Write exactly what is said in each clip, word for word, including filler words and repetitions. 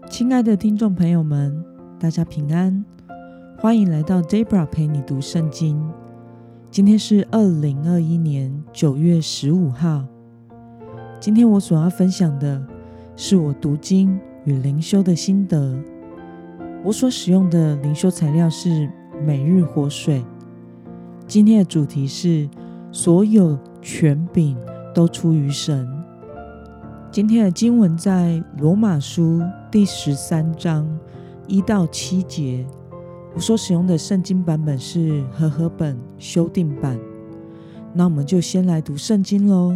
亲爱的听众朋友们，大家平安，欢迎来到 Debra 陪你读圣经。今天是二零二一年九月十五号。今天我所要分享的是我读经与灵修的心得。我所使用的灵修材料是每日活水。今天的主题是所有权柄都出于神。今天的经文在罗马书第十三章一到七节。我所使用的圣经版本是和合本修订版。那我们就先来读圣经咯。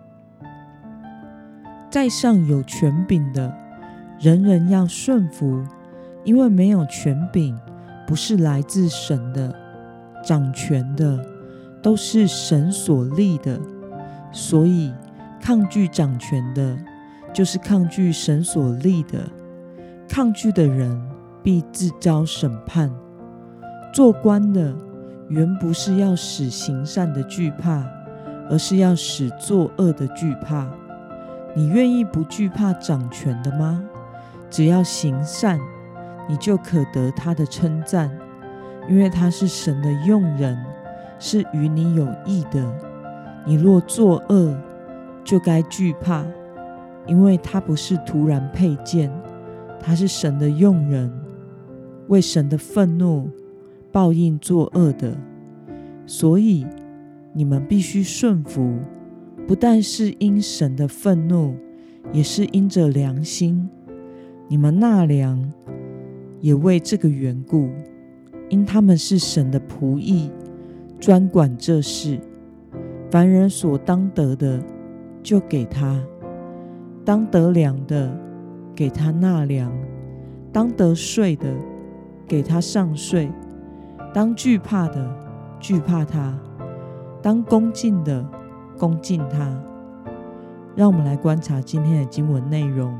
在上有权柄的，人人要顺服，因为没有权柄不是来自神的，掌权的都是神所立的，所以抗拒掌权的，就是抗拒神所立的，抗拒的人必自遭审判。做官的原不是要使行善的惧怕，而是要使作恶的惧怕。你愿意不惧怕掌权的吗？只要行善，你就可得他的称赞，因为他是神的用人，是与你有益的。你若作恶，就该惧怕，因为他不是突然佩剑，他是神的用人，为神的愤怒报应作恶的。所以你们必须顺服，不但是因神的愤怒，也是因着良心。你们纳粮也为这个缘故，因他们是神的仆役，专管这事。凡人所当得的，就给他；当得粮的，给他纳粮；当得税的，给他上税；当惧怕的，惧怕他；当恭敬的，恭敬他。让我们来观察今天的经文内容。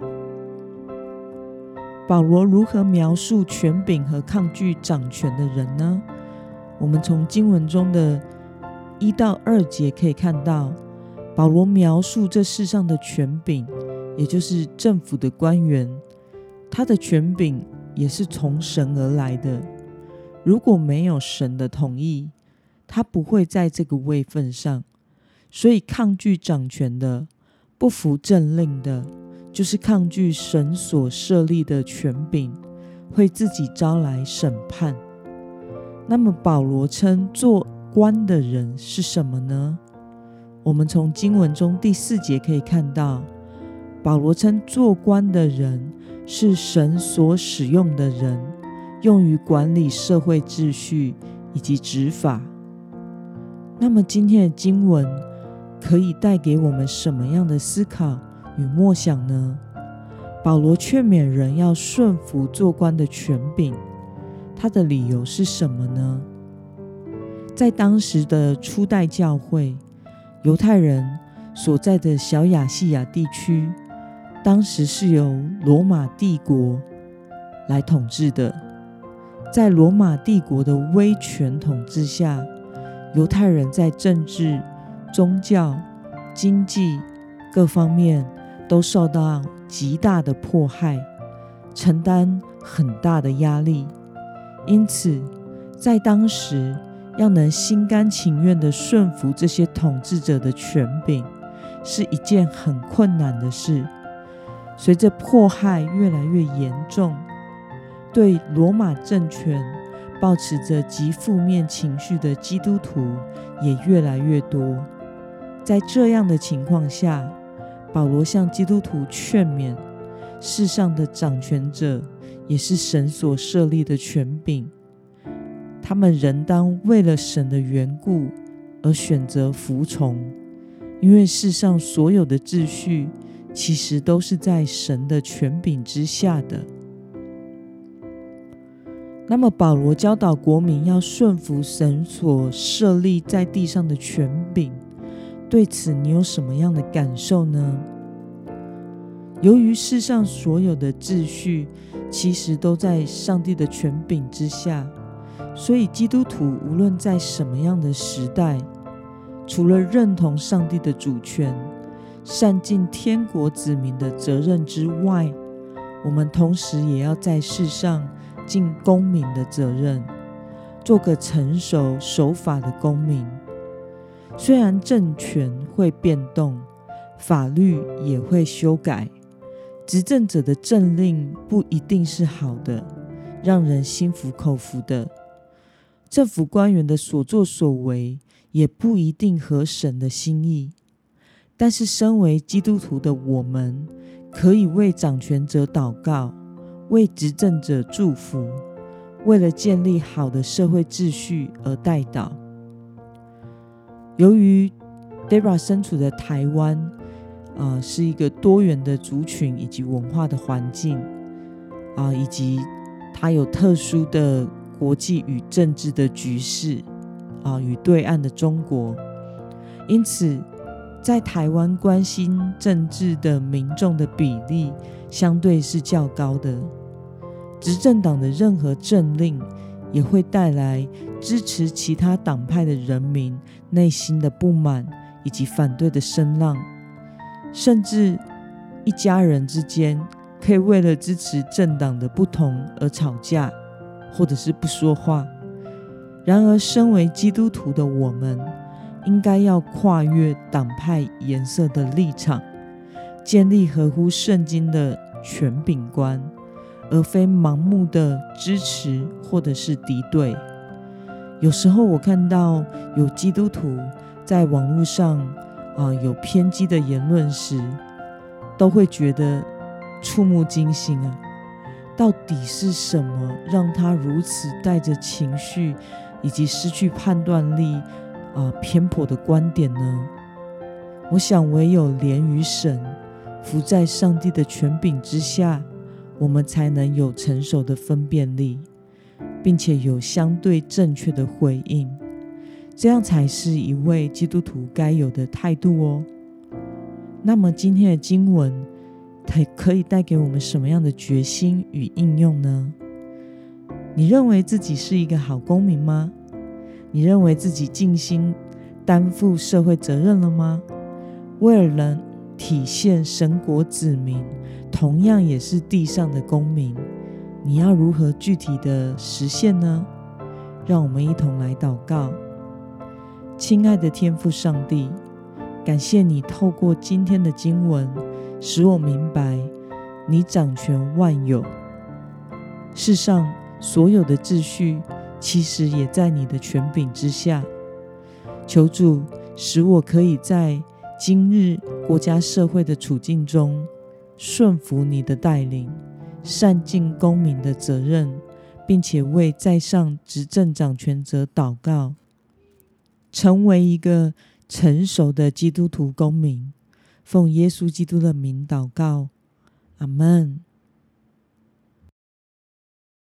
保罗如何描述权柄和抗拒掌权的人呢？我们从经文中的一到二节可以看到，保罗描述这世上的权柄，也就是政府的官员，他的权柄也是从神而来的。如果没有神的同意，他不会在这个位分上。所以抗拒掌权的，不服政令的，就是抗拒神所设立的权柄，会自己招来审判。那么保罗称做官的人是什么呢？我们从经文中第四节可以看到，保罗称做官的人是神所使用的人，用于管理社会秩序以及执法。那么今天的经文可以带给我们什么样的思考与默想呢？保罗劝勉人要顺服做官的权柄，他的理由是什么呢？在当时的初代教会，犹太人所在的小亚细亚地区，当时是由罗马帝国来统治的。在罗马帝国的威权统治下，犹太人在政治、宗教、经济各方面都受到极大的迫害，承担很大的压力。因此在当时要能心甘情愿地顺服这些统治者的权柄，是一件很困难的事。随着迫害越来越严重，对罗马政权抱持着极负面情绪的基督徒也越来越多。在这样的情况下，保罗向基督徒劝勉，世上的掌权者也是神所设立的权柄，他们仍当为了神的缘故而选择服从，因为世上所有的秩序其实都是在神的权柄之下的。那么保罗教导国民要顺服神所设立在地上的权柄，对此你有什么样的感受呢？由于世上所有的秩序其实都在上帝的权柄之下，所以基督徒无论在什么样的时代，除了认同上帝的主权，善尽天国子民的责任之外， 我们同时也要在世上尽公民的责任，做个成熟守法的公民。虽然政权会变动，法律也会修改，执政者的政令不一定是好的，让人心服口服的，政府官员的所作所为也不一定合神的心意。但是身为基督徒的我们，可以为掌权者祷告，为执政者祝福，为了建立好的社会秩序而代祷。由于 Debra 身处的台湾、呃、是一个多元的族群以及文化的环境、呃、以及它有特殊的国际与政治的局势、呃、与对岸的中国，因此在台湾关心政治的民众的比例相对是较高的。执政党的任何政令也会带来支持其他党派的人民内心的不满以及反对的声浪，甚至一家人之间可以为了支持政党的不同而吵架，或者是不说话。然而身为基督徒的我们，应该要跨越党派颜色的立场，建立合乎圣经的权柄观，而非盲目的支持或者是敌对。有时候我看到有基督徒在网络上、呃、有偏激的言论时，都会觉得触目惊心啊！到底是什么让他如此带着情绪以及失去判断力、呃、偏颇的观点呢？我想唯有连于神，服在上帝的权柄之下，我们才能有成熟的分辨力，并且有相对正确的回应，这样才是一位基督徒该有的态度哦。那么今天的经文可以带给我们什么样的决心与应用呢？你认为自己是一个好公民吗？你认为自己尽心担负社会责任了吗？为了能体现神国子民，同样也是地上的公民，你要如何具体的实现呢？让我们一同来祷告。亲爱的天父上帝，感谢你透过今天的经文，使我明白你掌权万有，世上所有的秩序其实也在你的权柄之下。求主使我可以在今日国家社会的处境中顺服你的带领，善尽公民的责任，并且为在上执政掌权者祷告，成为一个成熟的基督徒公民。奉耶稣基督的名祷告，阿们。